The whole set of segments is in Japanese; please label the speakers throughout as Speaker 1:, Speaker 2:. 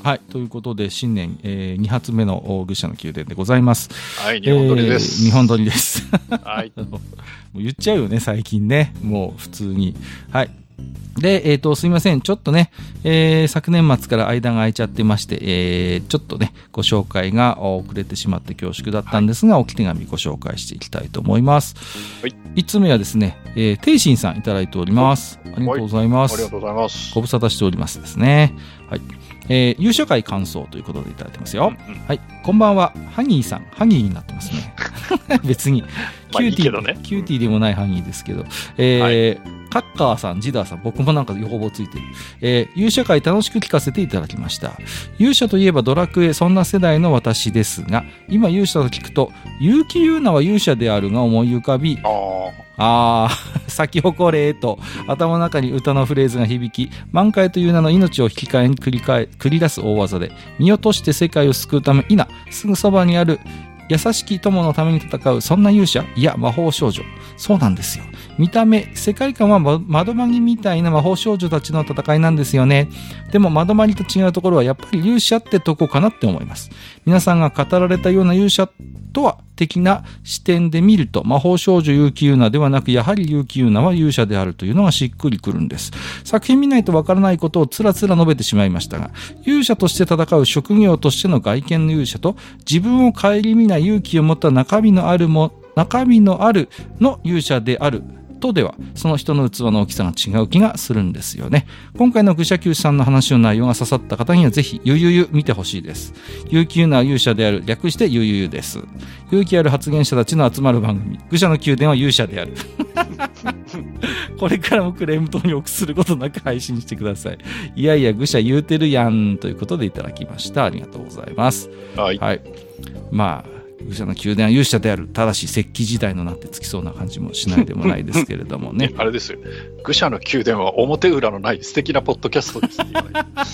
Speaker 1: はい、ということで新年、2発目の愚者の宮殿でございます。
Speaker 2: はい、日本撮りです。
Speaker 1: 日本撮りです。
Speaker 2: はい。
Speaker 1: もう言っちゃうよね、最近ね。もう普通に。はい。で、すいません。ちょっとね、昨年末から間が空いちゃってまして、ちょっとね、ご紹介が遅れてしまって恐縮だったんですが、置き手紙ご紹介していきたいと思います。はい。1つ目はですね、ていしんさんいただいております。ありがとうございます。
Speaker 2: ありがとうございます。
Speaker 1: ご無沙汰しておりますですね。はい。勇者会感想ということでいただいてますよ。はい。こんばんは。ハギーさん。ハギーになってますね。別に。キューティー、ね、キューティーでもないハギーですけど。カッカーさん、ジダーさん、僕もなんか予報ついてる。勇者会楽しく聞かせていただきました。勇者といえばドラクエ、そんな世代の私ですが、今勇者と聞くと、結城優奈は勇者であるが思い浮かび、咲き誇れと頭の中に歌のフレーズが響き、満開という名の命を引き換えに繰り出す大技で、見落として世界を救うため、すぐそばにある優しき友のために戦う、そんな勇者、いや魔法少女。そうなんですよ。見た目、世界観は窓マギみたいな魔法少女たちの戦いなんですよね。でも窓マギと違うところはやっぱり勇者ってとこかなって思います。皆さんが語られたような勇者とは的な視点で見ると、魔法少女結城優奈ではなく、やはり結城優奈は勇者であるというのがしっくりくるんです。作品見ないとわからないことをつらつら述べてしまいましたが、勇者として戦う職業としての外見の勇者と、自分を顧みない勇気を持った中身のあるの勇者であるとでは、その人の器の大きさが違う気がするんですよね。今回の愚者級さんの話の内容が刺さった方にはぜひゆゆゆ見てほしいです。結城優奈は勇者である、略してゆゆゆです。勇気ある発言者たちの集まる番組、愚者の宮殿は勇者である。これからもクレーム等に臆することなく配信してください。いやいや愚者言うてるやんということでいただきました。ありがとうございます。はい。はい、まあ愚者の宮殿は勇者である。ただし石器時代のなってつきそうな感じもしないでもないですけれどもね。
Speaker 2: あれですよ。愚者の宮殿は表裏のない素敵なポッドキャストです、ね。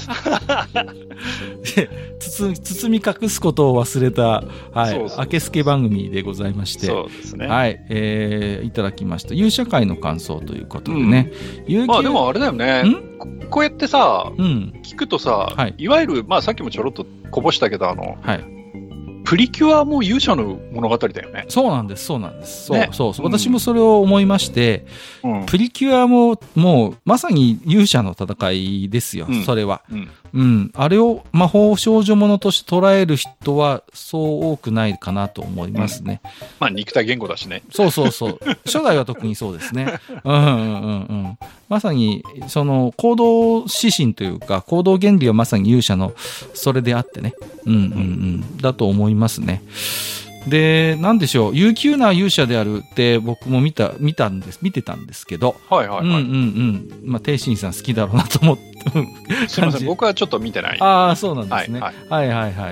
Speaker 1: 包み隠すことを忘れた、はい、明けすけ番組でございまして、
Speaker 2: そうですね。
Speaker 1: はい、いただきました。勇者会の感想ということでね。
Speaker 2: まあでもあれだよね。こうやってさ、聞くとさ、いわゆる、まあさっきもちょろっとこぼしたけど、はい。プリキュアも勇者の物語だよね。
Speaker 1: そうなんです、そうなんです。そう、私もそれを思いまして、プリキュアももうまさに勇者の戦いですよ、それは。あれを魔法少女ものとして捉える人はそう多くないかなと思いますね。
Speaker 2: まあ肉体言語だしね。
Speaker 1: そう。初代は特にそうですね。まさにその行動指針というか行動原理はまさに勇者のそれであってね。だと思いますね。で、なんでしょう、悠久な勇者であるって僕も見てたんですけど、まあ、天心さん好きだろうなと思って、
Speaker 2: すみません、僕はちょっと見てない。
Speaker 1: ああ、そうなんですね。はい。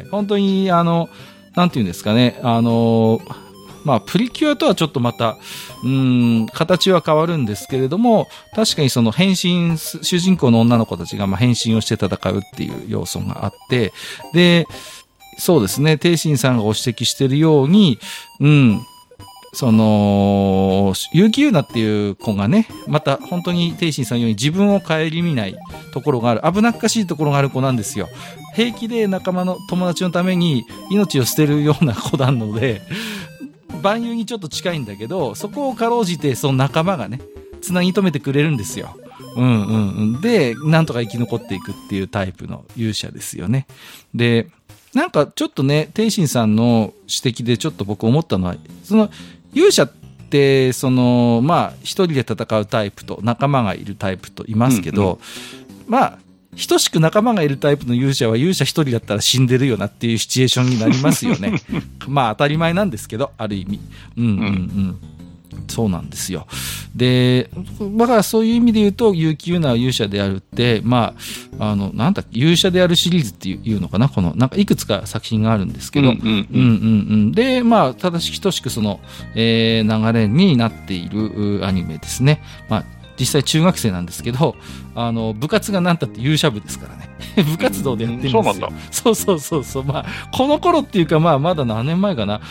Speaker 1: 本当に、なんていうんですかね、まあ、プリキュアとはちょっとまた、形は変わるんですけれども、確かにその変身、主人公の女の子たちがまあ変身をして戦うっていう要素があって、で、そうですね、天心さんがご指摘しているように、その、結城優奈っていう子がね、また本当に天心さんのように自分を顧みないところがある、危なっかしいところがある子なんですよ。平気で仲間の友達のために命を捨てるような子なので、万有にちょっと近いんだけど、そこをかろうじてその仲間がね、つなぎ止めてくれるんですよ。で、なんとか生き残っていくっていうタイプの勇者ですよね。で、なんかちょっとね、天心さんの指摘でちょっと僕思ったのは、その勇者ってそのまあ一人で戦うタイプと仲間がいるタイプといますけど、まあ等しく仲間がいるタイプの勇者は勇者一人だったら死んでるよなっていうシチュエーションになりますよね。まあ当たり前なんですけど、ある意味。そうなんですよ。で、だからそういう意味で言うと、結城優奈は勇者であるって、まあ、なんだっけ、勇者であるシリーズっていうのかな、この、なんかいくつか作品があるんですけど、で、まあ、等しくその、流れになっているアニメですね。まあ、実際中学生なんですけど、部活がなんたって勇者部ですからね。部活動でやってるんですよ。
Speaker 2: そうなんだ。
Speaker 1: そう。まあ、この頃っていうか、まあ、まだ何年前かな。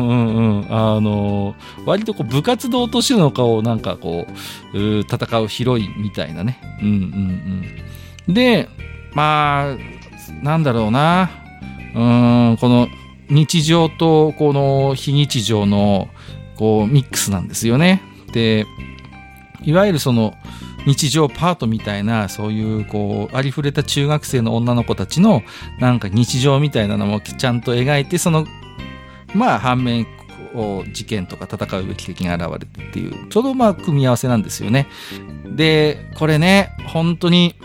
Speaker 1: 割とこう、部活動としての顔をなんかこう、戦うヒロインみたいなね。で、まあ、 なんだろうな、この日常とこの非日常のこうミックスなんですよね。で、いわゆるその日常パートみたいな、そういうこうありふれた中学生の女の子たちのなんか日常みたいなのもちゃんと描いて、そのまあ反面事件とか戦うべき敵が現れてっていうちょうどまあ組み合わせなんですよね。でこれね、本当に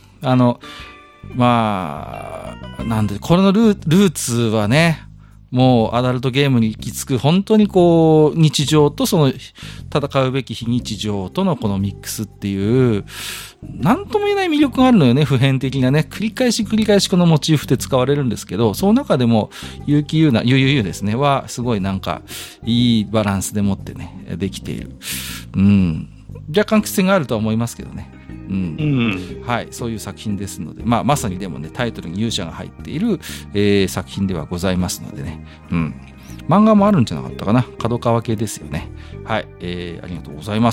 Speaker 1: まあなんでこれのルーツはね、もうアダルトゲームに行き着く本当にこう日常とその戦うべき非日常とのこのミックスっていう何とも言えない魅力があるのよね。普遍的なね、繰り返しこのモチーフって使われるんですけど、その中でも結城優ですねはすごいなんかいいバランスでもってねできている。若干癖があるとは思いますけどね。はい、そういう作品ですので、まさにでもねタイトルに勇者が入っている、作品ではございますのでね、漫画もあるんじゃなかったかな。角川系ですよね。はい、ありがとうございます。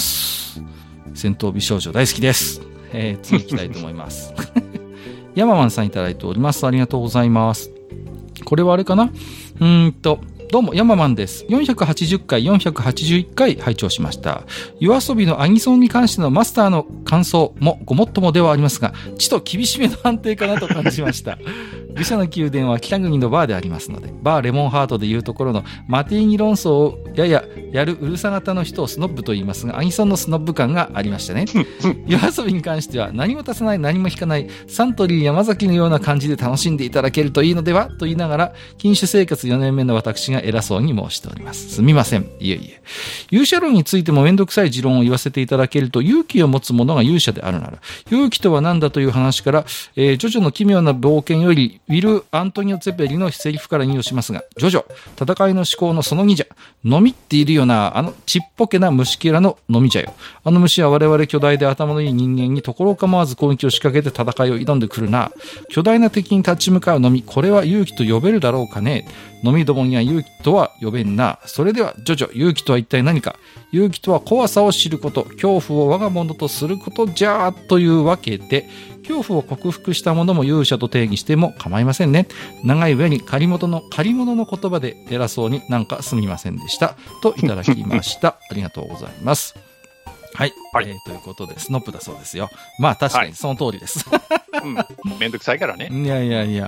Speaker 1: 戦闘美少女大好きです。次行きたいと思いますヤママンさんいただいております。ありがとうございます。これはあれかな、どうも、ヤママンです。480回、481回拝聴しました。夜遊びのアニソンに関してのマスターの感想もごもっともではありますが、ちと厳しめの判定かなと感じました。愚者の宮殿は北国のバーでありますので、バーレモンハートでいうところのマティーニ論争をやややるうるさ型の人をスノッブと言いますが、アニソンのスノッブ感がありましたね。夜遊びに関しては何も足さない何も引かないサントリー山崎のような感じで楽しんでいただけるといいのではと言いながら、禁酒生活4年目の私が偉そうに申しております。すみません。いえいえ。勇者論についてもめんどくさい持論を言わせていただけると、勇気を持つ者が勇者であるなら、勇気とは何だという話から、ジョジョの奇妙な冒険より、ウィル・アントニオ・ツェペリのセリフから引用しますが、ジョジョ、戦いの思考のその2じゃ。飲みっているよな、ちっぽけな虫けらの飲みじゃよ。あの虫は我々巨大で頭のいい人間にところ構わず攻撃を仕掛けて戦いを挑んでくるな。巨大な敵に立ち向かう飲み、これは勇気と呼べるだろうかね。飲みどもには勇気とは呼べんな。それでは、ジョジョ、勇気とは一体何か。勇気とは怖さを知ること、恐怖を我が物とすることじゃあというわけで、恐怖を克服したものも勇者と定義しても構いませんね。長い上に借り物の言葉で偉そうになんかすみませんでした。といただきました。ありがとうございます。はい。ということで、スノップだそうですよ。まあ確かにその通りです。
Speaker 2: めんどくさいからね。
Speaker 1: いや。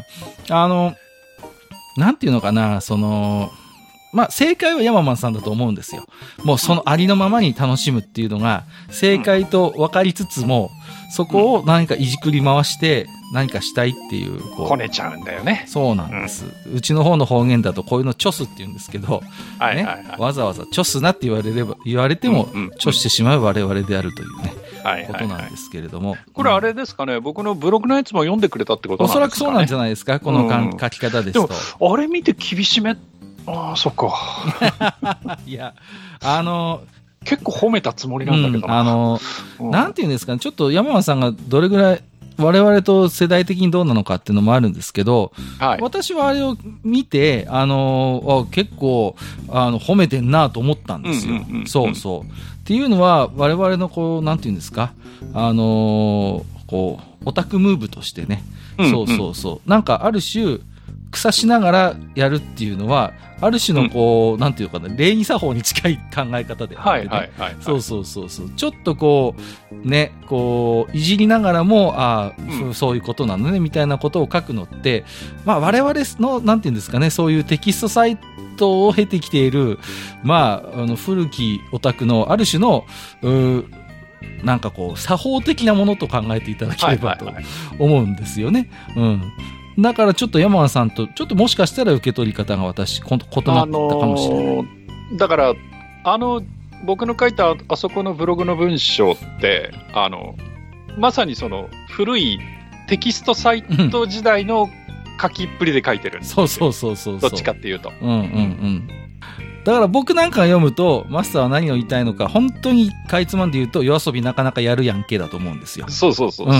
Speaker 1: なんていうのかな、正解はヤママンさんだと思うんですよ。もうそのありのままに楽しむっていうのが正解と分かりつつも、そこを何かいじくり回して何かしたいっていう、
Speaker 2: こねちゃうんだよね。
Speaker 1: そうなんです。うちの方の方言だとこういうのチョスって言うんですけど、わざわざチョスなって言われても、チョしてしまう我々であるというね。ことなんですけれども、
Speaker 2: これあれですかね、僕のブログのやつも読んでくれたってことなんですかね。
Speaker 1: おそらくそうなんじゃないですか、この書き方ですと。
Speaker 2: でもあれ見て厳しめ、そっか。
Speaker 1: いや、
Speaker 2: 結構褒めたつもりなんだけどな。
Speaker 1: なんていうんですかね、ちょっと山間さんがどれぐらい我々と世代的にどうなのかっていうのもあるんですけど、私はあれを見て、結構褒めてんなと思ったんですよ。そうそう。っていうのは我々のこうなんていうんですか、こうオタクムーブとしてね、そうなんかある種草しながらやるっていうのはある種のこう、なんていうかな、礼儀作法に近い考え方であってね。そうちょっとこうね、こういじりながらもそういうことなのねみたいなことを書くのって、我々のなんていうんですかね、そういうテキストサイトを経てきている古きオタクのある種のなんかこう作法的なものと考えていただければと思うんですよね。だからちょっと山間さんとちょっともしかしたら受け取り方が異なったかもしれない。
Speaker 2: だから僕の書いたあそこのブログの文章ってまさにその古いテキストサイト時代の書きっぷりで書いてるんですよ。そうどっちかっていうと。
Speaker 1: だから僕なんかが読むとマスターは何を言いたいのか本当にかいつまんで言うと夜遊びなかなかやるやんけだと思うんですよ。そう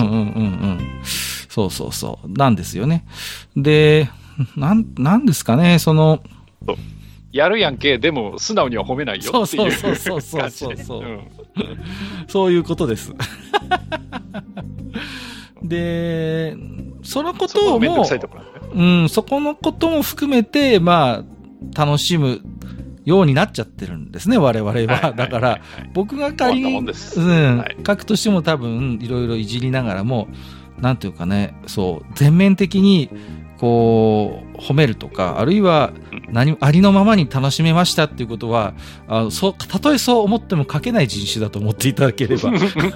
Speaker 1: なんですよね。でなんですかね、
Speaker 2: やるやんけでも素直には褒めないよっていう感じで。
Speaker 1: そういうことです。でそのことをも、そこのことも含めて、まあ、楽しむようになっちゃってるんですね、我々は。だから、僕が仮に、書くとしても多分、いろいろいじりながらも、なんていうかね、そう、全面的に、こう、褒めるとか、あるいは、ありのままに楽しめましたっていうことは、たとえそう思っても書けない人種だと思っていただければ。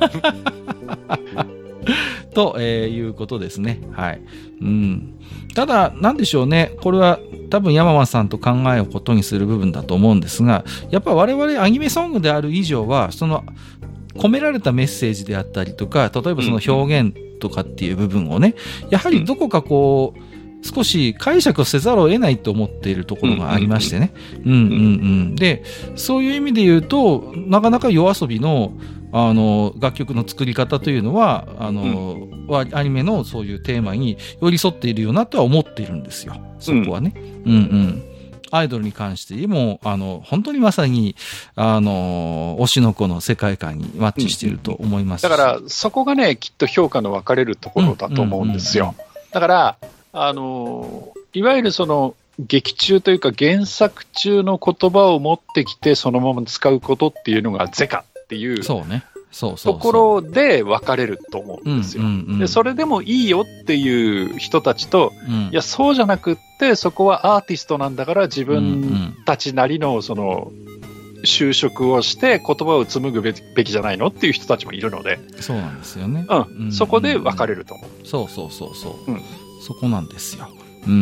Speaker 1: ということですね。はい。ただ、なんでしょうね。これは多分山間さんと考えをことにする部分だと思うんですが、やっぱ我々アニメソングである以上は、その込められたメッセージであったりとか、例えばその表現とかっていう部分をね、やはりどこかこう、少し解釈せざるを得ないと思っているところがありましてね。で、そういう意味で言うと、なかなかYOASOBIの楽曲の作り方というのは、アニメのそういうテーマに寄り添っているよなとは思っているんですよ。そこはね。アイドルに関しても、本当にまさに、推しの子の世界観にマッチしていると思います。
Speaker 2: だから、そこがね、きっと評価の分かれるところだと思うんですよ。だから、いわゆるその、劇中というか原作中の言葉を持ってきて、そのまま使うことっていうのが是かっていう。
Speaker 1: そうね。と
Speaker 2: ころで分かれると思うんですよ。で、それでもいいよっていう人たちと、いや、そうじゃなくって、そこはアーティストなんだから自分たちなりのその、就職をして言葉を紡ぐべきじゃないのっていう人たちもいるので。
Speaker 1: そうなんですよね。
Speaker 2: そこで分かれると思う。
Speaker 1: そう。そこなんですよ。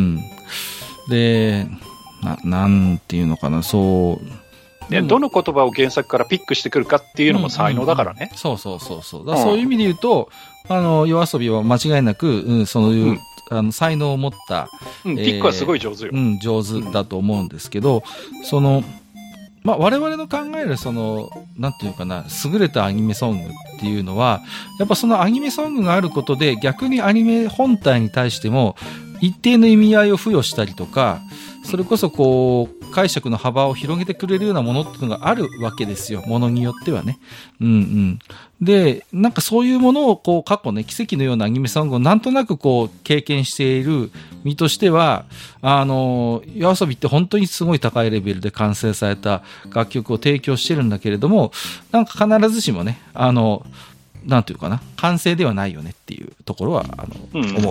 Speaker 1: で、なんていうのかな、そう。
Speaker 2: で、どの言葉を原作からピックしてくるかっていうのも才能だからね。
Speaker 1: そう。そういう意味で言うと、YOASOBIは間違いなく、そういう、才能を持った、
Speaker 2: ピックはすごい上手よ。
Speaker 1: 上手だと思うんですけど、その、まあ、我々の考えるその、なんていうかな、優れたアニメソングっていうのは、やっぱそのアニメソングがあることで、逆にアニメ本体に対しても、一定の意味合いを付与したりとか、それこそこう、解釈の幅を広げてくれるようなものっていうのがあるわけですよ。ものによってはね。で、なんかそういうものをこう、過去ね、奇跡のようなアニメソングをなんとなくこう、経験している身としては、YOASOBIって本当にすごい高いレベルで完成された楽曲を提供してるんだけれども、なんか必ずしもね、なんていうかな、完成ではないよねっていうところは、思う。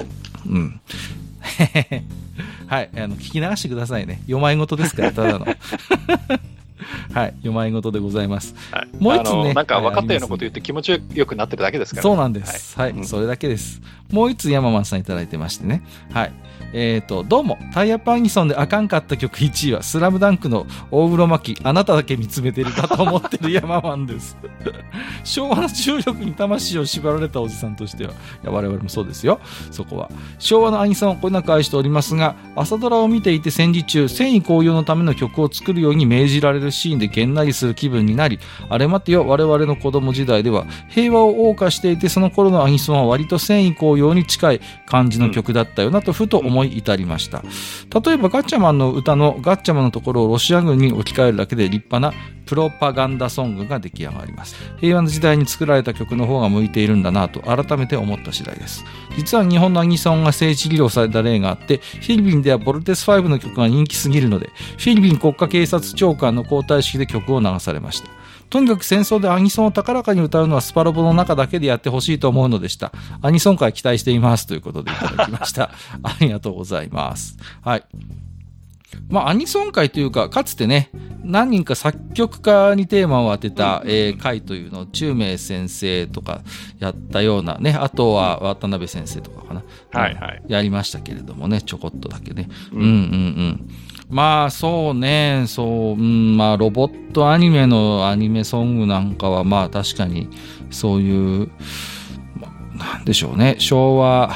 Speaker 1: はい、聞き流してくださいね。読まいごとですから、ただの。はい、読まいごとでございます。
Speaker 2: もう一つね、なんか分かったようなこと言って気持ちよくなってるだけですから、ね。
Speaker 1: そうなんです。はい、それだけです。もう一つ山満さんいただいてましてね。はい。どうも、タイアップアニソンであかんかった曲1位は、スラムダンクの大黒摩季、あなただけ見つめてるだと思ってる山マンです。昭和の重力に魂を縛られたおじさんとしては、いや、我々もそうですよ、そこは。昭和のアニソンをこよなく愛しておりますが、朝ドラを見ていて戦時中、戦意高揚のための曲を作るように命じられるシーンでげんなりする気分になり、あれ待てよ、我々の子供時代では、平和を謳歌していて、その頃のアニソンは割と戦意高揚に近い感じの曲だったよなと、ふと思い至りました。例えばガッチャマンの歌のガッチャマンのところをロシア軍に置き換えるだけで立派なプロパガンダソングが出来上がります。平和の時代に作られた曲の方が向いているんだなと改めて思った次第です。実は日本のアニソンが聖地利用された例があって、フィリピンではボルテス5の曲が人気すぎるので、フィリピン国家警察長官の交代式で曲を流されました。とにかく戦争でアニソンを高らかに歌うのはスパロボの中だけでやってほしいと思うのでした。アニソン界期待していますということでいただきました。ありがとうございます。はい。まあ、アニソン界というか、かつてね、何人か作曲家にテーマを当てた、回というのを中明先生とかやったようなね、あとは渡辺先生とかかな。
Speaker 2: はいはい。
Speaker 1: やりましたけれどもね、ちょこっとだけね。まあそうね、まあロボットアニメのアニメソングなんかはまあ確かにそういう、なんでしょうね、昭和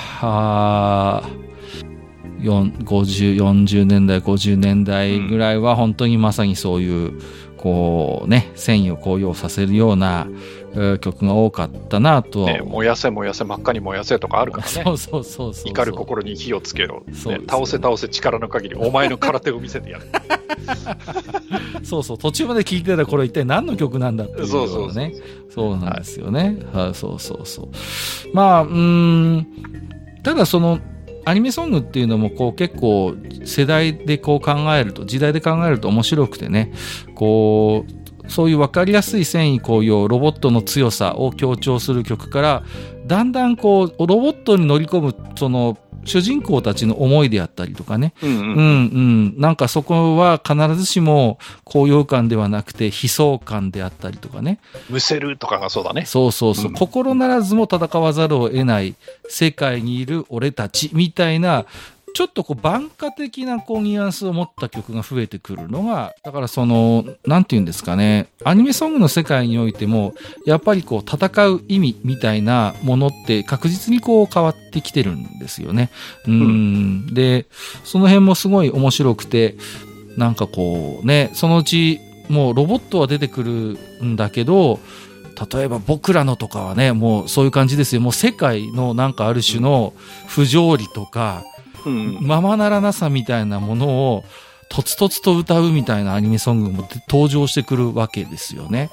Speaker 1: 40年代、50年代ぐらいは本当にまさにそういう、こうね、戦意を高揚させるような曲が多かったなと、
Speaker 2: ね、燃やせ燃やせ真っ赤に燃やせとかあるからね。
Speaker 1: そう
Speaker 2: 怒る心に火をつけろ、ね、倒せ倒せ力の限りお前の空手を見せてやる。
Speaker 1: そう途中まで聞いてたらこれ一体何の曲なんだっていうようなね。そうなんですよね。はい、そうまあただそのアニメソングっていうのもこう結構世代でこう考えると、時代で考えると面白くてね、こうそういう分かりやすい戦意高揚、ロボットの強さを強調する曲から、だんだんこうロボットに乗り込むその主人公たちの思いであったりとかね、なんかそこは必ずしも高揚感ではなくて悲壮感であったりとかね、
Speaker 2: むせるとかがそうだね。
Speaker 1: そうそうそう、心ならずも戦わざるを得ない世界にいる俺たちみたいな、ちょっとこう挽歌的なこうニュアンスを持った曲が増えてくるのが、だからそのなんていうんですかね、アニメソングの世界においてもやっぱりこう戦う意味みたいなものって確実にこう変わってきてるんですよね。でその辺もすごい面白くて、なんかこうね、そのうちもうロボットは出てくるんだけど、例えば僕らのとかはね、もうそういう感じですよ。もう世界のなんかある種の不条理とか、ままならなさみたいなものをとつとつと歌うみたいなアニメソングも登場してくるわけですよね。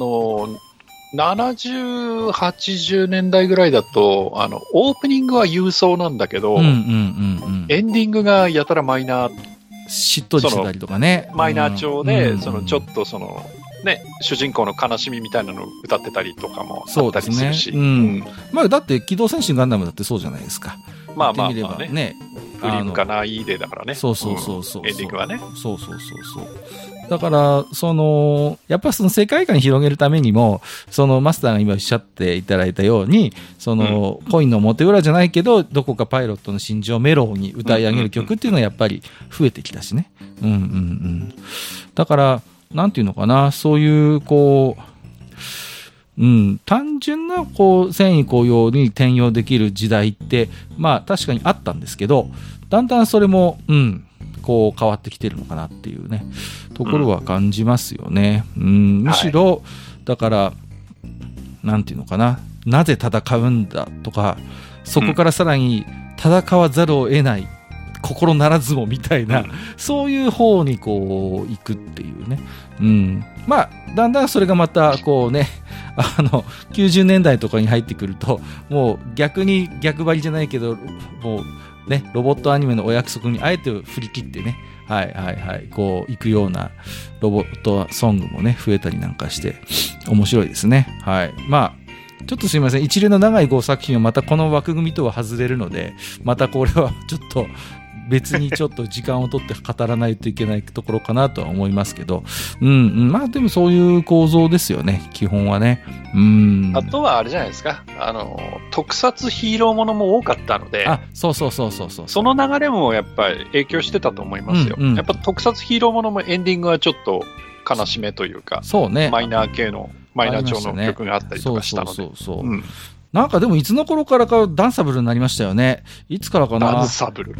Speaker 2: 70、80年代ぐらいだと、オープニングは勇壮なんだけど、エンディングがやたらマイナー、
Speaker 1: しっとりしてたりとかね。
Speaker 2: マイナー調で、ちょっとね、主人公の悲しみみたいなのを歌ってたりとかもあったりするし。
Speaker 1: まあだって機動戦士ガンダムだってそうじゃないですか。
Speaker 2: まあね。フリームかないいでだからね。
Speaker 1: そう。エンデ
Speaker 2: ィングはね。
Speaker 1: そう。だから、やっぱその世界観広げるためにも、そのマスターが今おっしゃっていただいたように、恋のモテ裏じゃないけど、どこかパイロットの心情をメロウに歌い上げる曲っていうのはやっぱり増えてきたしね。だから、なんていうのかな、そういう、こう、単純なこう戦意高揚に転用できる時代ってまあ確かにあったんですけど、だんだんそれもこう変わってきてるのかなっていうねところは感じますよね。むしろだからなんていうのかな、なぜ戦うんだとか、そこからさらに戦わざるを得ない心ならずもみたいな、そういう方にこう行くっていうね。まあだんだんそれがまたこうね、90年代とかに入ってくると、もう逆に逆張りじゃないけど、もうね、ロボットアニメのお約束にあえて振り切ってね、こう行くようなロボットソングもね、増えたりなんかして面白いですね。まあちょっとすいません、一連の長い5作品はまたこの枠組みとは外れるので、またこれはちょっと別にちょっと時間を取って語らないといけないところかなとは思いますけど、まあでもそういう構造ですよね、基本はね。
Speaker 2: あとはあれじゃないですか、特撮ヒーローものも多かったので、
Speaker 1: そう。
Speaker 2: その流れもやっぱり影響してたと思いますよ。やっぱ特撮ヒーローものもエンディングはちょっと悲しめというか、
Speaker 1: そうね、
Speaker 2: マイナー調の曲があったりとかしたので。
Speaker 1: なんかでもいつの頃からかダンサブルになりましたよね。いつからかな。
Speaker 2: ダンサブル。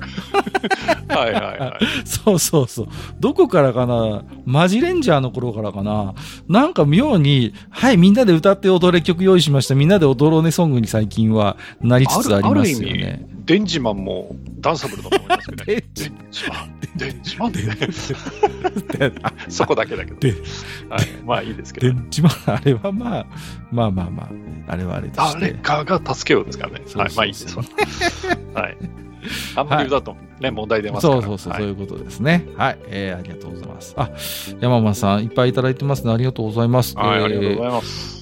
Speaker 1: そう。どこからかな。マジレンジャーの頃からかな。なんか妙に、みんなで歌って踊れ曲用意しました。みんなで踊ろうねソングに最近はなりつつありますよね。
Speaker 2: デンジマンもダンサブルだと思いますけどね。デンジマンってね。そこだけだけど。まあいいですけど。
Speaker 1: デンジマン、あれはまあ。あれはあれとして。
Speaker 2: 誰かが助けようですからね。まあいいです。あんまり歌うとね、問題出ますから。
Speaker 1: そういうことですね。ありがとうございます。山間さんいっぱいいただいてますね。ありがとうございます。
Speaker 2: ありがとうございます。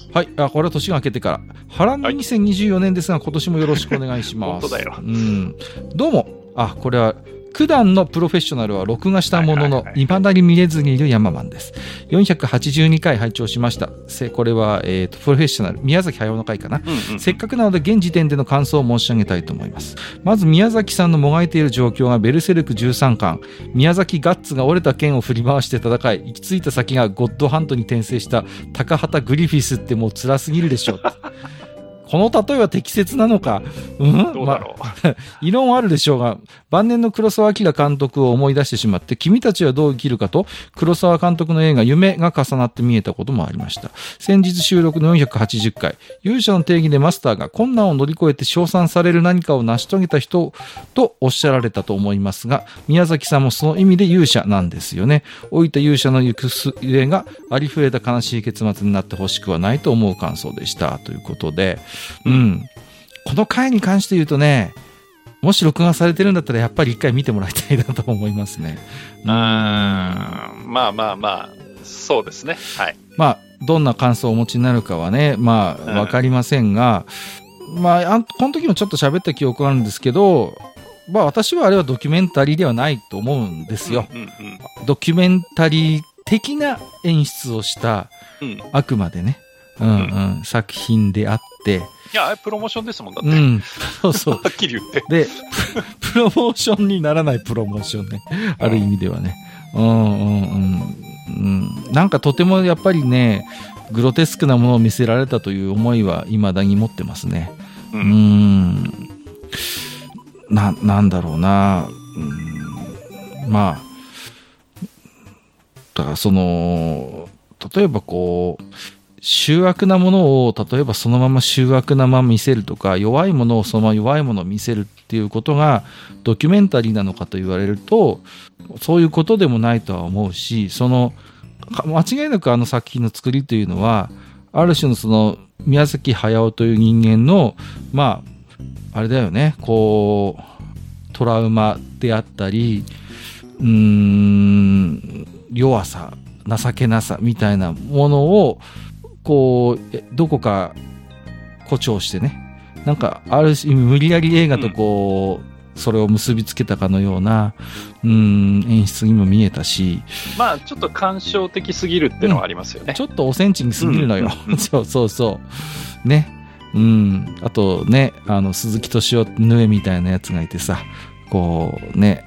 Speaker 1: これは年が明けてから。波乱の2024年ですが、今年もよろしくお願いします。
Speaker 2: 本当だよ。
Speaker 1: どうも。これは、九段のプロフェッショナルは録画したものの、未だに見れずにいるヤママンです。482回拝聴しました。これは、プロフェッショナル、宮崎駿の回かな。せっかくなので、現時点での感想を申し上げたいと思います。まず、宮崎さんのもがいている状況が、ベルセルク13巻、宮崎ガッツが折れた剣を振り回して戦い、行き着いた先がゴッドハントに転生した高畑グリフィスってもう辛すぎるでしょ。この例えは適切なのか、
Speaker 2: どうだろう。
Speaker 1: 異論あるでしょうが、晩年の黒澤明監督を思い出してしまって、君たちはどう生きるかと、黒澤監督の映画、夢が重なって見えたこともありました。先日収録の480回、勇者の定義でマスターが困難を乗り越えて称賛される何かを成し遂げた人とおっしゃられたと思いますが、宮崎さんもその意味で勇者なんですよね。老いた勇者の行く末がありふれた悲しい結末になってほしくはないと思う感想でした。ということで、この回に関して言うとね、 もし録画されてるんだったらやっぱり一回見てもらいたいなと思いますね。
Speaker 2: まあ、そうですね。はい。
Speaker 1: まあ、どんな感想をお持ちになるかはね、まあ、わかりませんが、まあ、この時もちょっと喋った記憶があるんですけど、まあ、私はあれはドキュメンタリーではないと思うんですよ。ドキュメンタリー的な演出をした、あくまでね、作品であって、
Speaker 2: いや、プロモーションですもんだって。
Speaker 1: そうそう。
Speaker 2: はっきり言って。
Speaker 1: で、プロモーションにならないプロモーションね。ある意味ではね。なんかとてもやっぱりね、グロテスクなものを見せられたという思いは未だに持ってますね。なんだろうな。まあ、だから例えばこう、醜悪なものを例えばそのまま醜悪なまま見せるとか、弱いものをそのまま弱いものを見せるっていうことがドキュメンタリーなのかと言われると、そういうことでもないとは思うし、間違いなくあの作品の作りというのは、ある種の宮崎駿という人間の、まあ、あれだよね、こう、トラウマであったり、弱さ、情けなさみたいなものを、こう、どこか誇張してね、なんか、ある意味無理やり映画とこう、それを結びつけたかのような、演出にも見えたし。
Speaker 2: まあ、ちょっと感傷的すぎるっていうのはありますよね。
Speaker 1: ちょっとおセンチにすぎるのよ。そう。ね。あとね、鈴木敏夫ヌエみたいなやつがいてさ、こうね、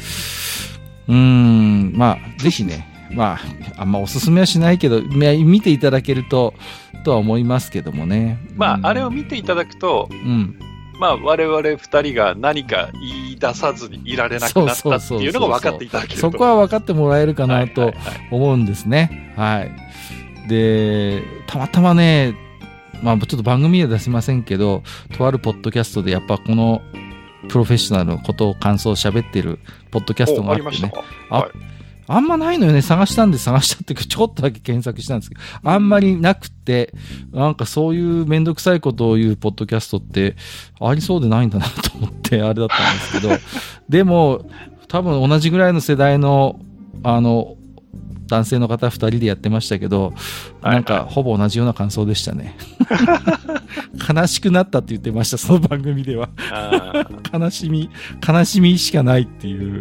Speaker 1: まあ、ぜひね、まあ、あんまおすすめはしないけど、見ていただけるとは思いますけどもね。
Speaker 2: まあ、あれを見ていただくと、まあ、我々二人が何か言い出さずにいられなくなったっていうのが分かっていただけると。
Speaker 1: そこは分かってもらえるかなと思うんですね。はい。で、たまたまね、まあ、ちょっと番組では出しませんけど、とあるポッドキャストでやっぱこのプロフェッショナルのことを感想を喋ってるポッドキャストがあってね。あんまないのよね。探したってちょっとだけ検索したんですけど、あんまりなくて、なんかそういうめんどくさいことを言うポッドキャストってありそうでないんだなと思ってあれだったんですけど、でも多分同じぐらいの世代の男性の方2人でやってましたけど、なんかほぼ同じような感想でしたね。悲しくなったって言ってました、その番組では。悲しみしかないっていう、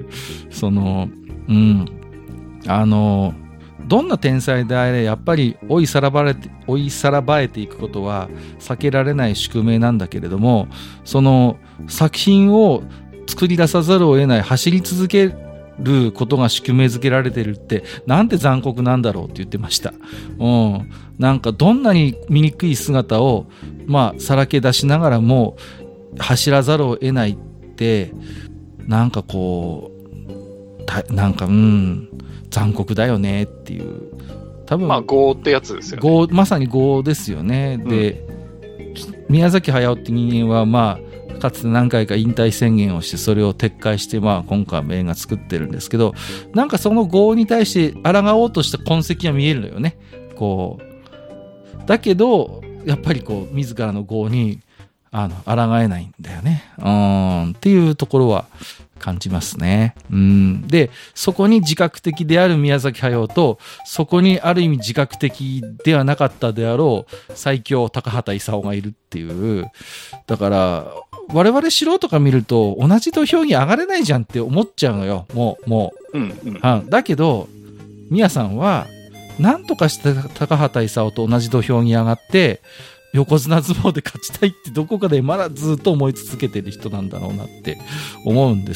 Speaker 1: どんな天才であれ、やっぱり追いさらばえていくことは避けられない宿命なんだけれども、その作品を作り出さざるを得ない、走り続けることが宿命づけられてるって、なんて残酷なんだろうって言ってました。なんかどんなに醜い姿を、まあ、さらけ出しながらも走らざるを得ないって、なんかこう、残酷だよねっていう。多分。
Speaker 2: まあ、業ってやつですよね。
Speaker 1: まさに業ですよね。で、宮崎駿って人間は、まあ、かつて何回か引退宣言をして、それを撤回して、まあ、今回も映画作ってるんですけど、なんかその業に対して抗おうとした痕跡が見えるのよね。こう。だけど、やっぱりこう、自らの業に、抗えないんだよね。っていうところは感じますね。で、そこに自覚的である宮崎駿と、そこにある意味自覚的ではなかったであろう最強高畑勲がいるっていう。だから、我々素人が見ると同じ土俵に上がれないじゃんって思っちゃうのよ。もう。だけど、宮さんは、なんとかして高畑勲と同じ土俵に上がって、横綱相撲で勝ちたいってどこかでまだずっと思い続けてる人なんだろうなって思うんです。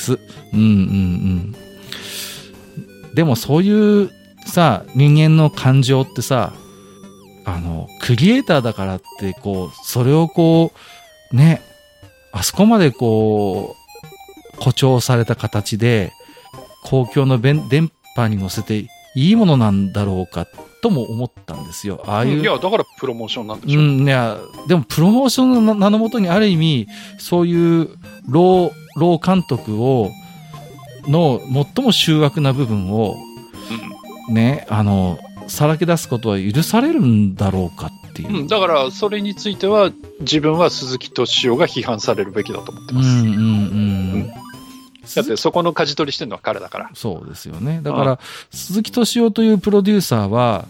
Speaker 1: でもそういうさ、人間の感情ってさ、クリエイターだからって、こう、それをこう、ね、あそこまでこう、誇張された形で、公共の電波に乗せていいものなんだろうかとも思ったんですよ。ああいう。
Speaker 2: いや、だからプロモーションなんでしょ。
Speaker 1: いや、でもプロモーションの名のもとにある意味、そういう老監督の最も醜悪な部分を、ね、さらけ出すことは許されるんだろうかっていう。
Speaker 2: だから、それについては、自分は鈴木敏夫が批判されるべきだと思ってます。 だってそこの舵取りしてるのは彼だから。
Speaker 1: そうですよね。だから、鈴木敏夫というプロデューサーは、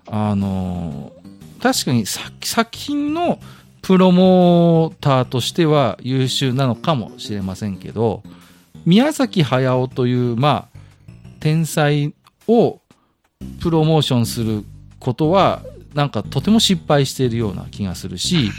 Speaker 1: 確かに作品のプロモーターとしては優秀なのかもしれませんけど、宮崎駿という、まあ、天才をプロモーションすることは、なんかとても失敗しているような気がするし、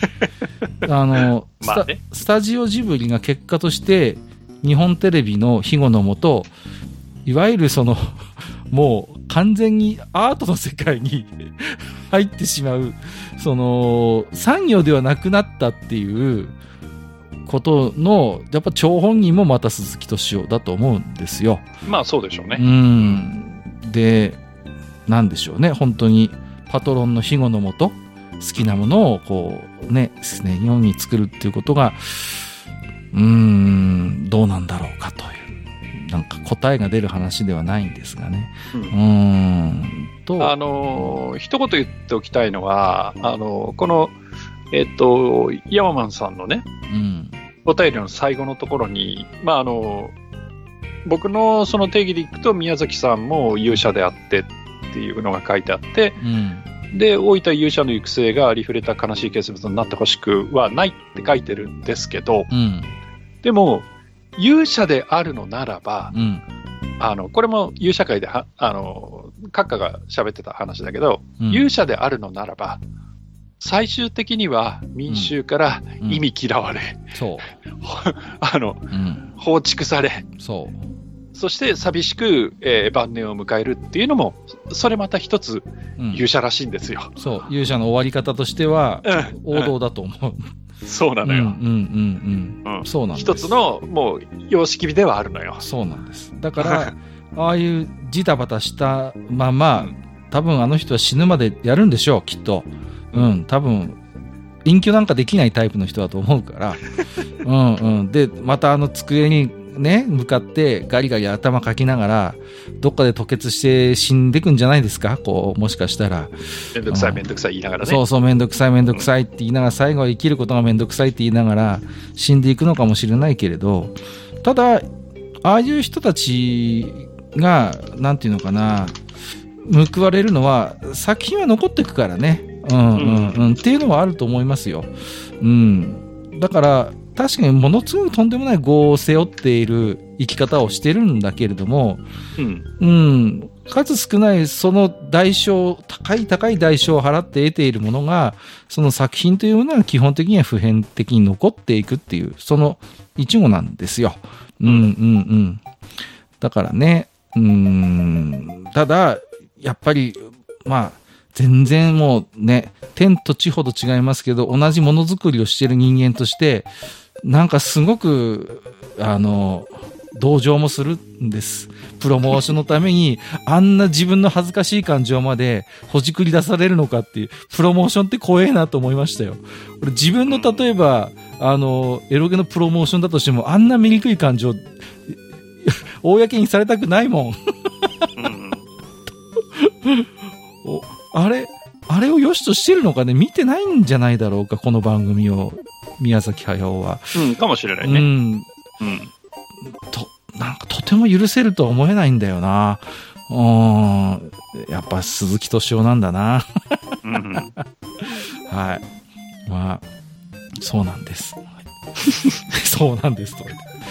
Speaker 1: スタジオジブリが結果として日本テレビの庇護のもと、いわゆるもう完全にアートの世界に入ってしまう、産業ではなくなったっていうことの、やっぱ張本人もまた鈴木敏夫だと思うんですよ。
Speaker 2: まあそうでしょうね。
Speaker 1: で、なんでしょうね、本当にパトロンの庇護のもと、好きなものをこうね、日本に作るっていうことが、どうなんだろうかという、なんか答えが出る話ではないんですがね。
Speaker 2: 一言言っておきたいのは、この、ヤママンさんのね、お便りの最後のところに、まあ僕のその定義でいくと、宮崎さんも勇者であってっていうのが書いてあって、で、大分勇者の行く末がありふれた悲しい結末になってほしくはないって書いてるんですけど、でも、勇者であるのならば、これも勇者会で閣下が喋ってた話だけど、勇者であるのならば、最終的には民衆から忌み嫌われ、放逐され、そして寂しく、晩年を迎えるっていうのも、それまた一つ勇者らしいんですよ。
Speaker 1: そう、勇者の終わり方としては王道だと思う。
Speaker 2: そうなのよ。
Speaker 1: そうなんです。
Speaker 2: 一つのもう様式美ではあるのよ。
Speaker 1: そうなんです。だからああいうジタバタしたまま、多分あの人は死ぬまでやるんでしょう、きっと。多分隠居なんかできないタイプの人だと思うからで、また机にね向かってガリガリ頭かきながらどっかで吐血して死んでくんじゃないですか、こうもしかしたら。
Speaker 2: めんどくさいめんどくさい言いながらね。
Speaker 1: そうそう、めんどくさいめんどくさいって言いながら、最後は生きることがめんどくさいって言いながら死んでいくのかもしれないけれど、ただああいう人たちがなんていうのかな、報われるのは作品は残っていくからね、っていうのはあると思いますよ。だから確かにものすごくとんでもない業を背負っている生き方をしてるんだけれども、数少ないその代償、高い代償を払って得ているものが、その作品というものは基本的には普遍的に残っていくっていう、その一語なんですよ。だからね、ただやっぱりまあ全然もうね、天と地ほど違いますけど、同じものづくりをしている人間としてなんかすごく同情もするんです。プロモーションのためにあんな自分の恥ずかしい感情までほじくり出されるのかっていう、プロモーションって怖えなと思いましたよ。俺自分の例えばエロゲのプロモーションだとしても、あんな醜い感情公にされたくないもん。あれを良しとしてるのかね、見てないんじゃないだろうか、この番組を、宮崎駿は。
Speaker 2: かもしれないね。
Speaker 1: なんかとても許せるとは思えないんだよな。やっぱ鈴木敏夫なんだな。はい。まあ、そうなんです。そうなんですと。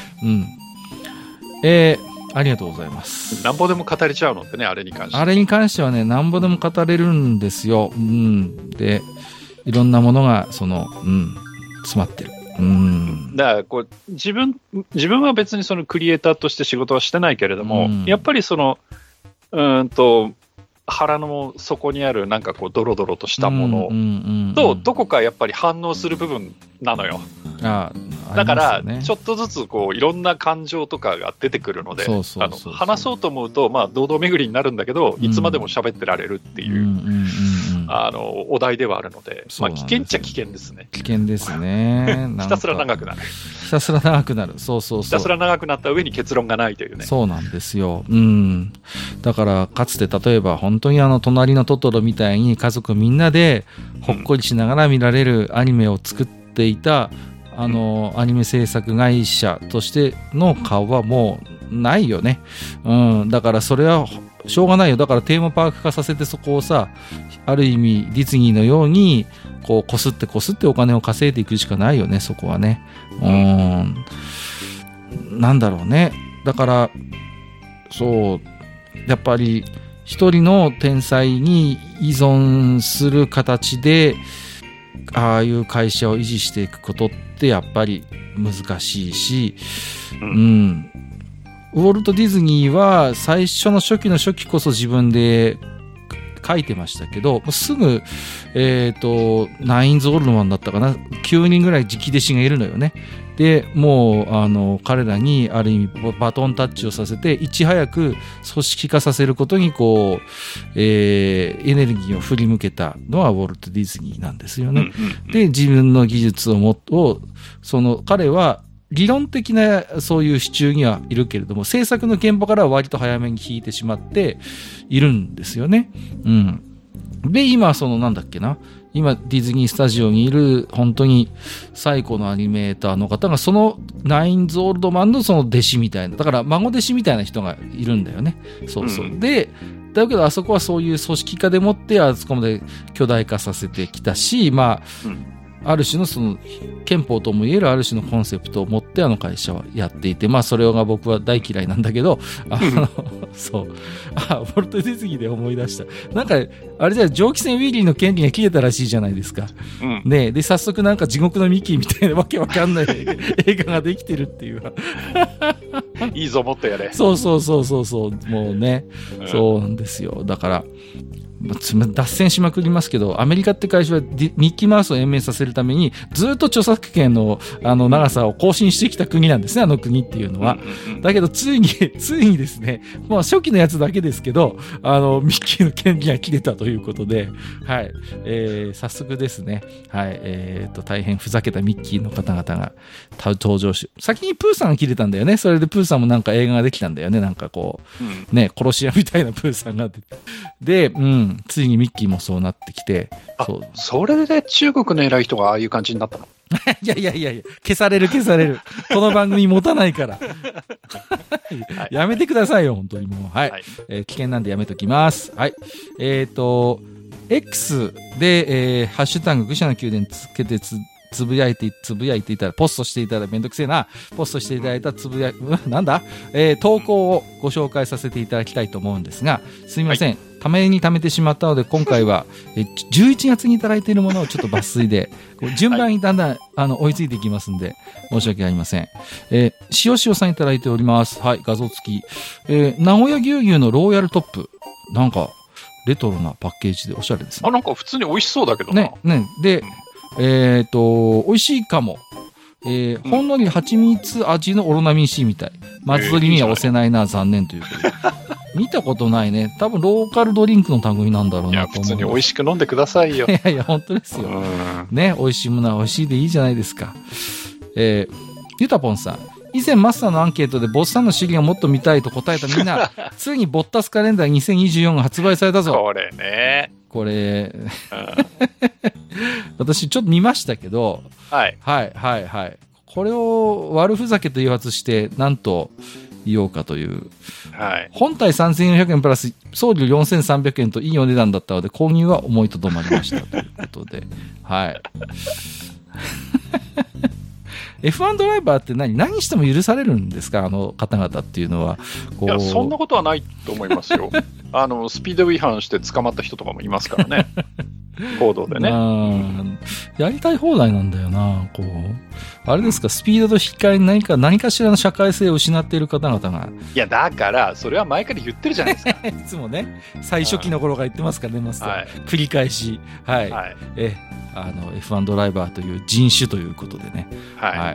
Speaker 1: ありがとうございます。
Speaker 2: なんぼでも語れちゃうのってね、あれに関して。
Speaker 1: あれに関してはね、なんぼでも語れるんですよ。で、いろんなものが、詰まってる。
Speaker 2: だからこう自分は別にそのクリエイターとして仕事はしてないけれども、やっぱり腹の底にあるなんかこうドロドロとしたものとどこかやっぱり反応する部分なのよ。だからちょっとずつこういろんな感情とかが出てくるので、話そうと思うとまあ堂々巡りになるんだけど、いつまでも喋ってられるっていうお題ではあるので、まあ危険っちゃ危険ですね。
Speaker 1: 危険ですね。
Speaker 2: ひたすら長くなる。
Speaker 1: ひたすら長くなる。そう。
Speaker 2: ひたすら長くなった上に結論がないというね。
Speaker 1: そうなんですよ。だからかつて例えば本当に隣のトトロみたいに家族みんなでほっこりしながら見られるアニメを作っていたアニメ制作会社としての顔はもうないよね。だからそれはしょうがないよ。だからテーマパーク化させて、そこをさ、ある意味ディズニーのようにこうこすってお金を稼いでいくしかないよね、そこはね。なんだろうね。だからそうやっぱり一人の天才に依存する形でああいう会社を維持していくことってやっぱり難しいし、ウォルト・ディズニーは最初の初期こそ自分で書いてましたけど、すぐ、ナインズ・オールドマンだったかな、9人ぐらい直弟子がいるのよね。でもう彼らにある意味バトンタッチをさせて、いち早く組織化させることにこう、エネルギーを振り向けたのはウォルト・ディズニーなんですよね。で自分の技術をその彼は理論的なそういう支柱にはいるけれども、制作の現場からは割と早めに引いてしまっているんですよね。で今なんだっけな、今ディズニースタジオにいる本当に最古のアニメーターの方がそのナインズ・オールドマンのその弟子みたいな、だから孫弟子みたいな人がいるんだよね。でだけどあそこはそういう組織化でもってあそこまで巨大化させてきたし、ある種のその憲法ともいえるある種のコンセプトを持って会社はやっていて、それが僕は大嫌いなんだけど、そう。ウォルト・ディズニーで思い出した。なんか、あれじゃ蒸気船ウィリーの権利が切れたらしいじゃないですか。ね、で、早速なんか地獄のミッキーみたいなわけわかんない映画ができてるっていう。
Speaker 2: いいぞ、もっとやれ。
Speaker 1: そう。もうね、そうなんですよ。だから、脱線しまくりますけど、アメリカって会社はミッキーマウスを延命させるためにずっと著作権の長さを更新してきた国なんですね、あの国っていうのは。だけどついにですね、初期のやつだけですけど、ミッキーの権利が切れたということで、はい、早速ですね、はい、大変ふざけたミッキーの方々が登場し、先にプーさんが切れたんだよね。それでプーさんもなんか映画ができたんだよね。なんかこう、ね、殺し屋みたいなプーさんが出て。で、ついにミッキーもそうなってきて。
Speaker 2: それで中国の偉い人がああいう感じになったの？
Speaker 1: いや、消される。この番組持たないから。やめてくださいよ、本当にもう。はい。危険なんでやめときます。はい。X で、ハッシュタグ愚者の宮殿つけてつぶやいていたら、ポストしていただめんどくせえな。ポストしていただいた投稿をご紹介させていただきたいと思うんですが、すみません。ために貯めてしまったので、今回は11月にいただいているものをちょっと抜粋で、順番にだんだん追いついていきますんで、申し訳ありません。塩さんいただいております。はい、画像付き。名古屋牛乳のローヤルトップ。なんか、レトロなパッケージでおしゃれですね。
Speaker 2: なんか普通に美味しそうだけどな。
Speaker 1: ね。で、美味しいかも。ほんのり蜂蜜味のオロナミン C みたい。松鳥には押せないな、残念ということで。見たことないね。多分ローカルドリンクの類なんだろうなと思う。
Speaker 2: 普通に美味しく飲んでくださいよ。
Speaker 1: いや、本当ですよ。ね、美味しいものは美味しいでいいじゃないですか。ゆたぽんさん。以前マスターのアンケートでボッサンの資源をもっと見たいと答えたみんな、ついにボッタスカレンダー2024が発売されたぞ。
Speaker 2: これね。
Speaker 1: 私ちょっと見ましたけど、はい。これを悪ふざけと言わずして、なんと言おうかという。はい。本体3400円プラス送料4300円といいお値段だったので、購入は思いとどまりましたということで。はい。F1 ドライバーって何しても許されるんですか、あの方々っていうのは。
Speaker 2: いや、そんなことはないと思いますよ。スピード違反して捕まった人とかもいますからね。行動でね。
Speaker 1: やりたい放題なんだよな。あれですか、スピードと引き換えに何かしらの社会性を失っている方々が。
Speaker 2: いや、だから、それは前から言ってるじゃないですか。
Speaker 1: いつもね、最初期の頃から言ってますからね、マスター。繰り返し。はい。F1 ドライバーという人種ということでね。はい。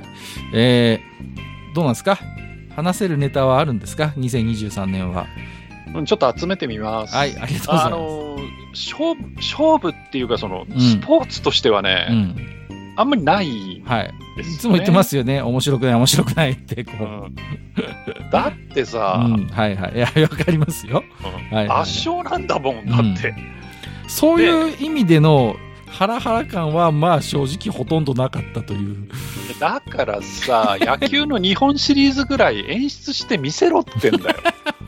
Speaker 1: どうなんですか？話せるネタはあるんですか？ 2023 年は。
Speaker 2: ちょっと集めてみます。
Speaker 1: はい、ありがとうございます。
Speaker 2: 勝負っていうか、スポーツとしてはね、あんまりないですね。はい。い
Speaker 1: つも言ってますよね。面白くないって、
Speaker 2: だってさ、
Speaker 1: はいはい。いや、わかりますよ。
Speaker 2: 圧勝なんだもん、だって。
Speaker 1: そういう意味でのハラハラ感はまあ正直ほとんどなかったという。
Speaker 2: だからさ、野球の日本シリーズぐらい演出してみせろってんだよ。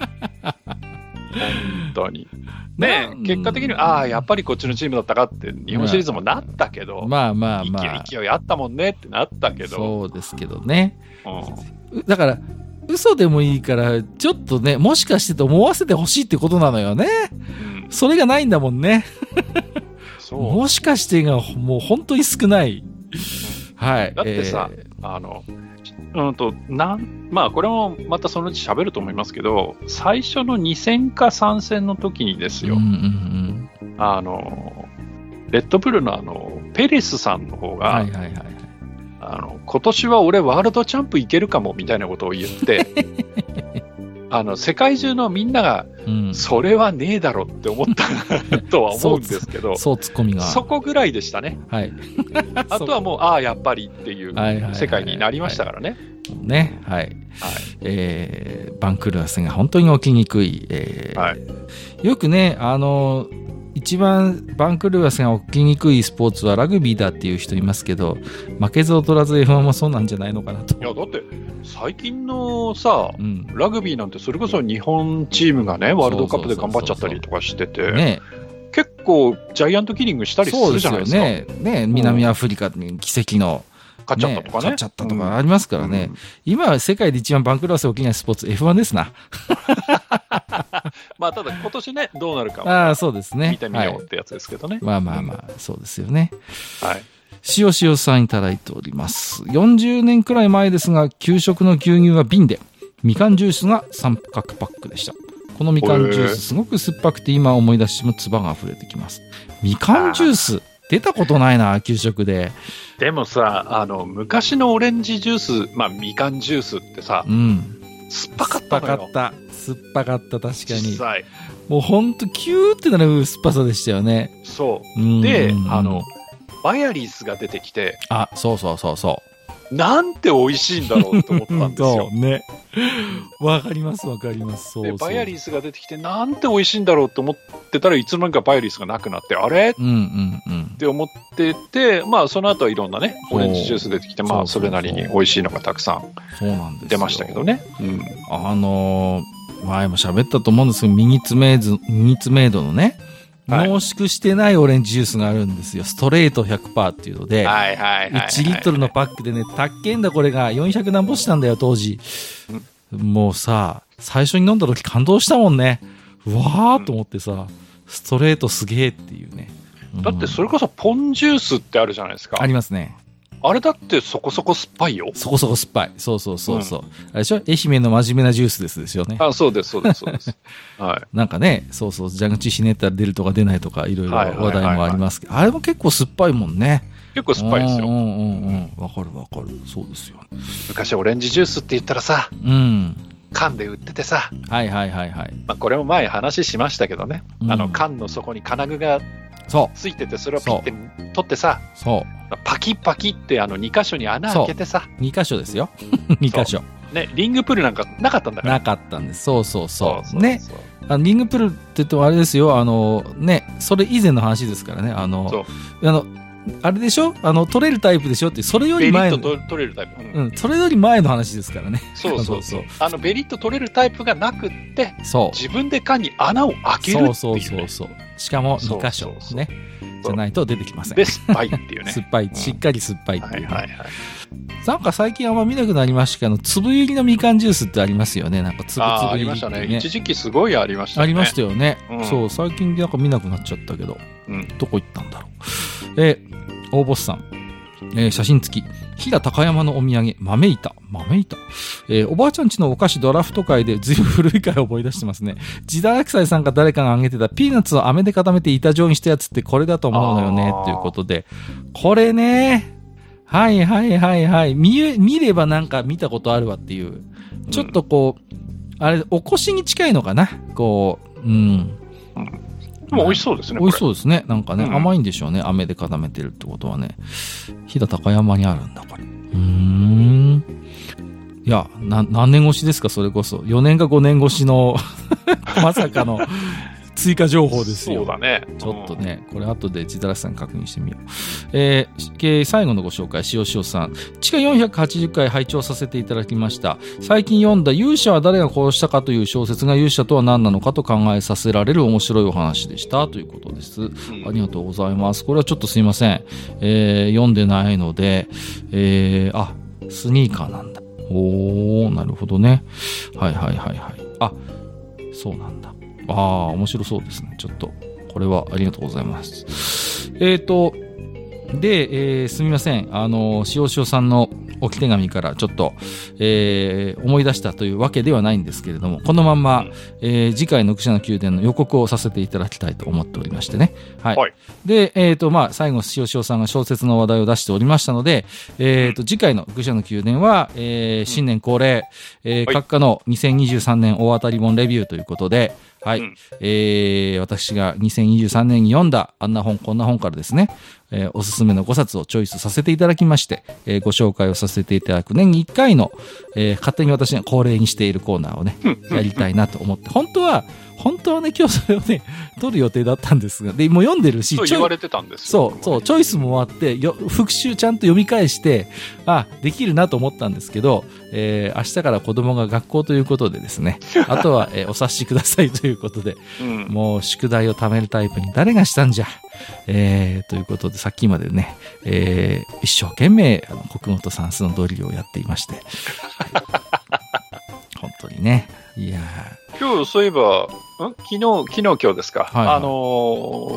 Speaker 2: 本当に。ね、結果的にやっぱりこっちのチームだったかって日本シリーズもなったけど、
Speaker 1: まあまあまあ
Speaker 2: 勢いあったもんねってなったけど、
Speaker 1: そうですけどね、だから嘘でもいいからちょっとね、もしかしてと思わせてほしいってことなのよね、それがないんだもんね。そうもしかしてがもう本当に少ない、はい。
Speaker 2: だってさ、まあこれもまたそのうち喋ると思いますけど、最初の2戦か3戦の時にですよ、レッドブルのペレスさんの方が、今年は俺ワールドチャンプいけるかもみたいなことを言って世界中のみんなが、それはねえだろって思ったとは思うんですけど、
Speaker 1: そうツッコミが
Speaker 2: そこぐらいでしたね。
Speaker 1: はい。
Speaker 2: あとはもうやっぱりっていう世界になりましたからね。
Speaker 1: ね、はい。番狂わせが本当に起きにくい。よくね、一番番狂わせが起きにくいスポーツはラグビーだっていう人いますけど、負けず劣らず F1 もそうなんじゃないのかなと。
Speaker 2: いやだって最近のさ、ラグビーなんてそれこそ日本チームがねワールドカップで頑張っちゃったりとかしてて、結構ジャイアントキリングしたりするじゃないですか。そうですよね。南アフリカに奇跡の勝っちゃったとかね。
Speaker 1: 勝っちゃったとかありますからね。今は世界で一番番狂わせ起きないスポーツ F1 ですな。
Speaker 2: まあただ今年ねどうなるかは
Speaker 1: そうですね。
Speaker 2: 見てみようってやつですけどね。
Speaker 1: まあそうですよね。
Speaker 2: はい。
Speaker 1: しおしおさんいただいております。40年くらい前ですが、給食の牛乳は瓶で、みかんジュースが三角パックでした。このみかんジュースすごく酸っぱくて今思い出しても唾が溢れてきます。みかんジュース出たことないな、給食で。
Speaker 2: でもさ、昔のオレンジジュース、まあみかんジュースってさ、酸っぱかったのよ。
Speaker 1: 酸っぱかった、確かに。
Speaker 2: 実際。
Speaker 1: もうほんとキューってなる酸っぱさでしたよね。
Speaker 2: そう。で、バヤリースが出てきて、
Speaker 1: そう
Speaker 2: なんて美味しいんだろうと思ったんですよ。
Speaker 1: そうね。わかります。
Speaker 2: で、バヤリースが出てきて、なんて美味しいんだろうと思ってたらいつの間にかバヤリースがなくなって、あれって思ってて、まあその後はいろんなね、オレンジジュース出てきて、まあそれなりに美味しいのがたくさん出ましたけどね。
Speaker 1: 前も喋ったと思うんですけど、ミニツメイドのね、濃縮してないオレンジジュースがあるんですよ。ストレート 100% っていうので、1リットルのパックでね、たっけんだこれが400何本したんだよ、当時。もうさ、最初に飲んだ時感動したもんね。うわーと思ってさ、ストレートすげーっていうね。
Speaker 2: だってそれこそポンジュースってあるじゃないですか。
Speaker 1: ありますね。
Speaker 2: あれだってそこそこ酸っぱいよ。
Speaker 1: そこそこ酸っぱい。そう。あれでしょ、愛媛の真面目なジュースですよね。
Speaker 2: そうです。はい。
Speaker 1: なんかね、蛇口ひねったら出るとか出ないとかいろいろ話題もありますけど、あれも結構酸っぱいもんね。
Speaker 2: 結構酸っぱいですよ。
Speaker 1: わかる。そうですよ。
Speaker 2: 昔オレンジジュースって言ったらさ、缶で売っててさ。
Speaker 1: はい。
Speaker 2: まあこれも前話しましたけどね。缶の底に金具がついてて、それをピッて取ってさ、パキパキって2箇所に穴開けてさ。
Speaker 1: 2箇所ですよ。2箇所。
Speaker 2: ね、リングプールなんかなかったんだから。
Speaker 1: なかったんです。そう。ね。リングプールって言ってもあれですよ。ね、それ以前の話ですからね。あれでしょ、取れるタイプでしょって、それより前の。
Speaker 2: ベリッと取れるタイプ。
Speaker 1: それより前の話ですからね。
Speaker 2: そう。ベリッと取れるタイプがなくって、自分で缶に穴を開けるっていう。
Speaker 1: そう。しかも2箇所ね。じゃないと出てきません。
Speaker 2: で、酸っぱいっていうね。
Speaker 1: 酸っぱい。しっかり酸っぱいっていう。なんか最近あんま見なくなりましたけど、粒入りのみかんジュースってありますよね。なんか粒々入り。
Speaker 2: ありましたね。一時期すごいありましたね。
Speaker 1: ありましたよね。そう、最近なんか見なくなっちゃったけど。どこ行ったんだろう。大ボスさん。写真付き。飛騨高山のお土産、豆板。おばあちゃんちのお菓子ドラフト会でずいぶん古い回を思い出してますね。時代白菜さんか誰かがあげてたピーナッツを飴で固めて板状にしたやつってこれだと思うのよね。ということで。これね。はい。見ればなんか見たことあるわっていう。ちょっとこう、あれ、おこしに近いのかなこう、
Speaker 2: でも美味しそうですね。
Speaker 1: 美味しそうですね。なんかね、甘いんでしょうね。飴で固めてるってことはね。飛騨高山にあるんだ、これ。いや、何年越しですか、それこそ。4年か5年越しの、まさかの、 追加情報ですよ。
Speaker 2: そうだね。
Speaker 1: ちょっとね、これ後で自堕落さん確認してみよう。最後のご紹介、しおしおさん。地下480回拝聴させていただきました。最近読んだ勇者は誰が殺したかという小説が勇者とは何なのかと考えさせられる面白いお話でしたということです。ありがとうございます。これはちょっとすいません。読んでないので、スニーカーなんだ。おー、なるほどね。はいはいはいはい。あ、そうなんだ。面白そうですね。ちょっと、これはありがとうございます。で、すみません。しおしおさんの置き手紙からちょっと、思い出したというわけではないんですけれども、このまんま、次回の愚者の宮殿の予告をさせていただきたいと思っておりましてね。はい。はい、で、最後、しおしおさんが小説の話題を出しておりましたので、次回の愚者の宮殿は、新年恒例、閣下の2023年大当たり本レビューということで、はい。私が2023年に読んだあんな本、こんな本からですね、おすすめの5冊をチョイスさせていただきまして、ご紹介をさせていただく年に1回の、勝手に私が恒例にしているコーナーをね、やりたいなと思って、本当はね、今日それをね、撮る予定だったんですが、で、もう読んでるし、
Speaker 2: そう言われてたんです
Speaker 1: よ。そう、チョイスも終わって、復習ちゃんと読み返して、できるなと思ったんですけど、明日から子供が学校ということでですね、あとは、お察しくださいということで、もう宿題を貯めるタイプに誰がしたんじゃ。ということで、さっきまでね、一生懸命、国語と算数のドリルをやっていまして。本当にね。いや
Speaker 2: 今日そういえば、昨日今日ですか、はいはい、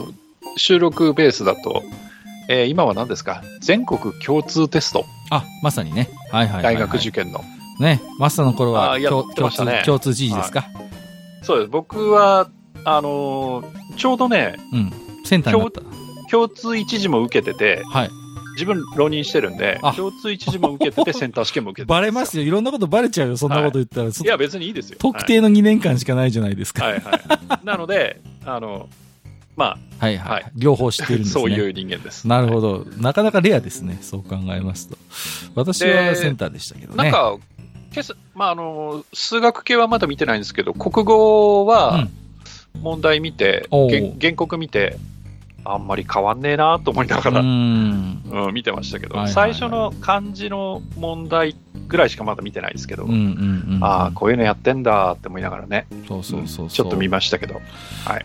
Speaker 2: 収録ベースだと、今は何ですか、全国共通テスト。
Speaker 1: まさにね。はいはいはいはい、
Speaker 2: 大学受験の。
Speaker 1: ね、マスターの頃は共通時事ですか、はい、
Speaker 2: そうです。僕は、ちょうどね、
Speaker 1: センターになった。
Speaker 2: 共通一次も受けてて、
Speaker 1: はい。
Speaker 2: 自分浪人してるんで、共通一次も受けてて、センター試験も受けてて。
Speaker 1: バレますよ。いろんなことバレちゃうよ。そんなこと言ったら。
Speaker 2: いや、別にいいですよ。
Speaker 1: 特定の2年間しかないじゃないですか。
Speaker 2: はいはい。なので、
Speaker 1: はいはい。両方知ってるんですね。
Speaker 2: そういう人間です。
Speaker 1: なるほど。なかなかレアですね。そう考えますと。私はセンターでしたけどね。
Speaker 2: なんか、数学系はまだ見てないんですけど、国語は問題見て、原告見て、あんまり変わんねえなと思いながら見てましたけど、最初の漢字の問題ぐらいしかまだ見てないですけど、こういうのやってんだって思いながらね、ちょっと見ましたけど、はい、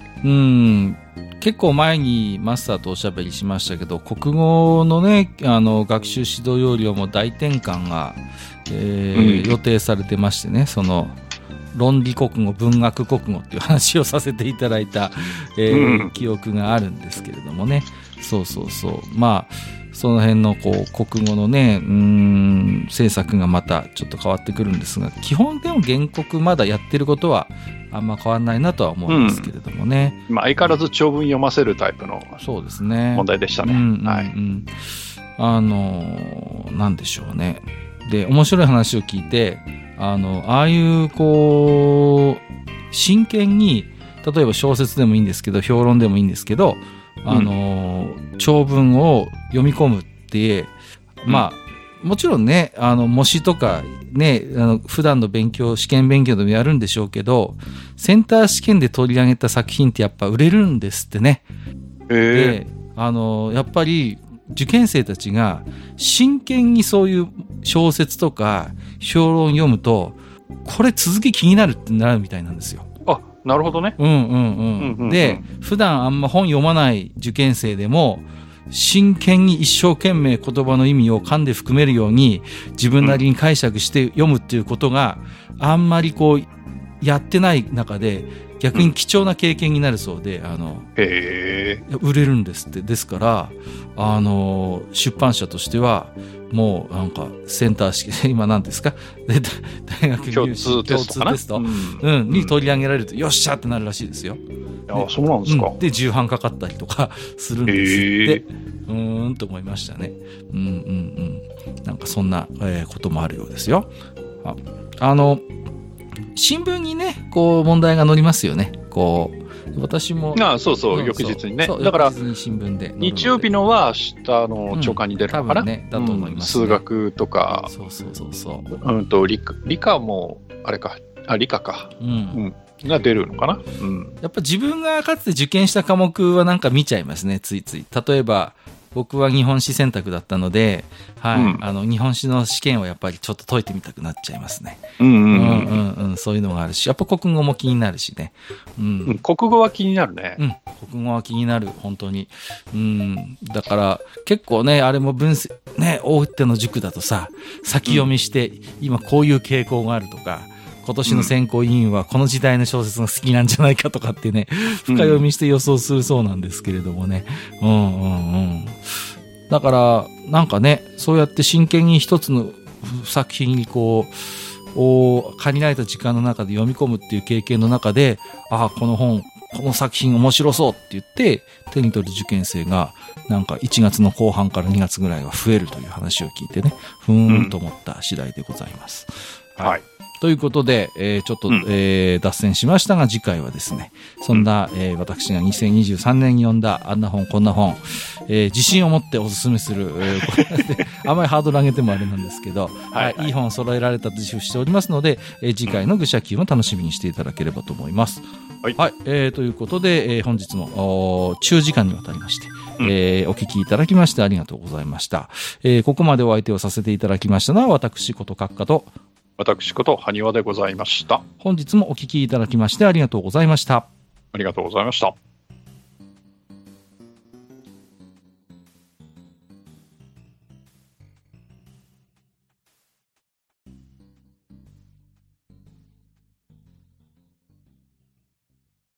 Speaker 1: 結構前にマスターとおしゃべりしましたけど、国語のね、学習指導要領も大転換が、予定されてましてね、その論理国語、文学国語っていう話をさせていただいた、記憶があるんですけれどもね。そう。まあ、その辺の国語のね、政策がまたちょっと変わってくるんですが、基本でも原告まだやってることはあんま変わらないなとは思うんですけれどもね。
Speaker 2: 相変わらず長文読ませるタイプの問題でしたね。
Speaker 1: なんでしょうね。で、面白い話を聞いて、ああいう真剣に、例えば小説でもいいんですけど、評論でもいいんですけど、長文を読み込むって、もちろんね、模試とかね、普段の試験勉強でもやるんでしょうけど、センター試験で取り上げた作品ってやっぱ売れるんですってね。で、やっぱり受験生たちが真剣にそういう小説とか評論読むと、これ続き気になるってなるみたいなんですよ。
Speaker 2: なるほどね。
Speaker 1: で、普段あんま本読まない受験生でも、真剣に一生懸命言葉の意味を噛んで含めるように自分なりに解釈して読むっていうことがあんまりやってない中で逆に貴重な経験になるそうで、売れるんですって。ですから、出版社としては、もうなんかセンター試験、今何ですか大学入試共通テストに取り上げられると、よっしゃってなるらしいですよ。
Speaker 2: そうなんですか。
Speaker 1: で、重版かかったりとかするんですって。と思いましたね。なんかそんな、こともあるようですよ。新聞にね、問題が載りますよね。私も。
Speaker 2: 翌日にね。だから、日曜日のは下の朝刊に出るのかな。
Speaker 1: 多分ね、だと思います。
Speaker 2: 数学とか。
Speaker 1: そう。
Speaker 2: 理科も、あれか。理科か。 が出るのかな。
Speaker 1: やっぱ自分がかつて受験した科目はなんか見ちゃいますね、ついつい。例えば、僕は日本史選択だったので、はい、日本史の試験をやっぱりちょっと解いてみたくなっちゃいますね。そういうのがあるし、やっぱ国語も気になるしね。
Speaker 2: 国語は気になるね。
Speaker 1: 国語は気になる、本当に。だから結構ね、あれも分析、ね、大手の塾だとさ、先読みして、今こういう傾向があるとか、今年の選考委員はこの時代の小説が好きなんじゃないかとかってね、深読みして予想するそうなんですけれどもね。だから、なんかね、そうやって真剣に一つの作品にこう、限られた時間の中で読み込むっていう経験の中で、ああ、この本、この作品面白そうって言って、手に取る受験生が、なんか1月の後半から2月ぐらいは増えるという話を聞いてね、ふーんと思った次第でございます。
Speaker 2: はい。
Speaker 1: ということで、ちょっと、脱線しましたが、次回はですね、そんな、私が2023年に読んだあんな本、こんな本、自信を持っておすすめする、あまりハードル上げてもあれなんですけど、いい本揃えられたと自負しておりますので、次回の愚者級も楽しみにしていただければと思います。はい。ということで、本日も中時間にわたりまして、お聞きいただきましてありがとうございました。ここまでお相手をさせていただきましたのは、私こと閣下と、
Speaker 2: 私こと埴輪でございました。
Speaker 1: 本日もお聞きいただきましてありがとうございました。
Speaker 2: ありがとうございました。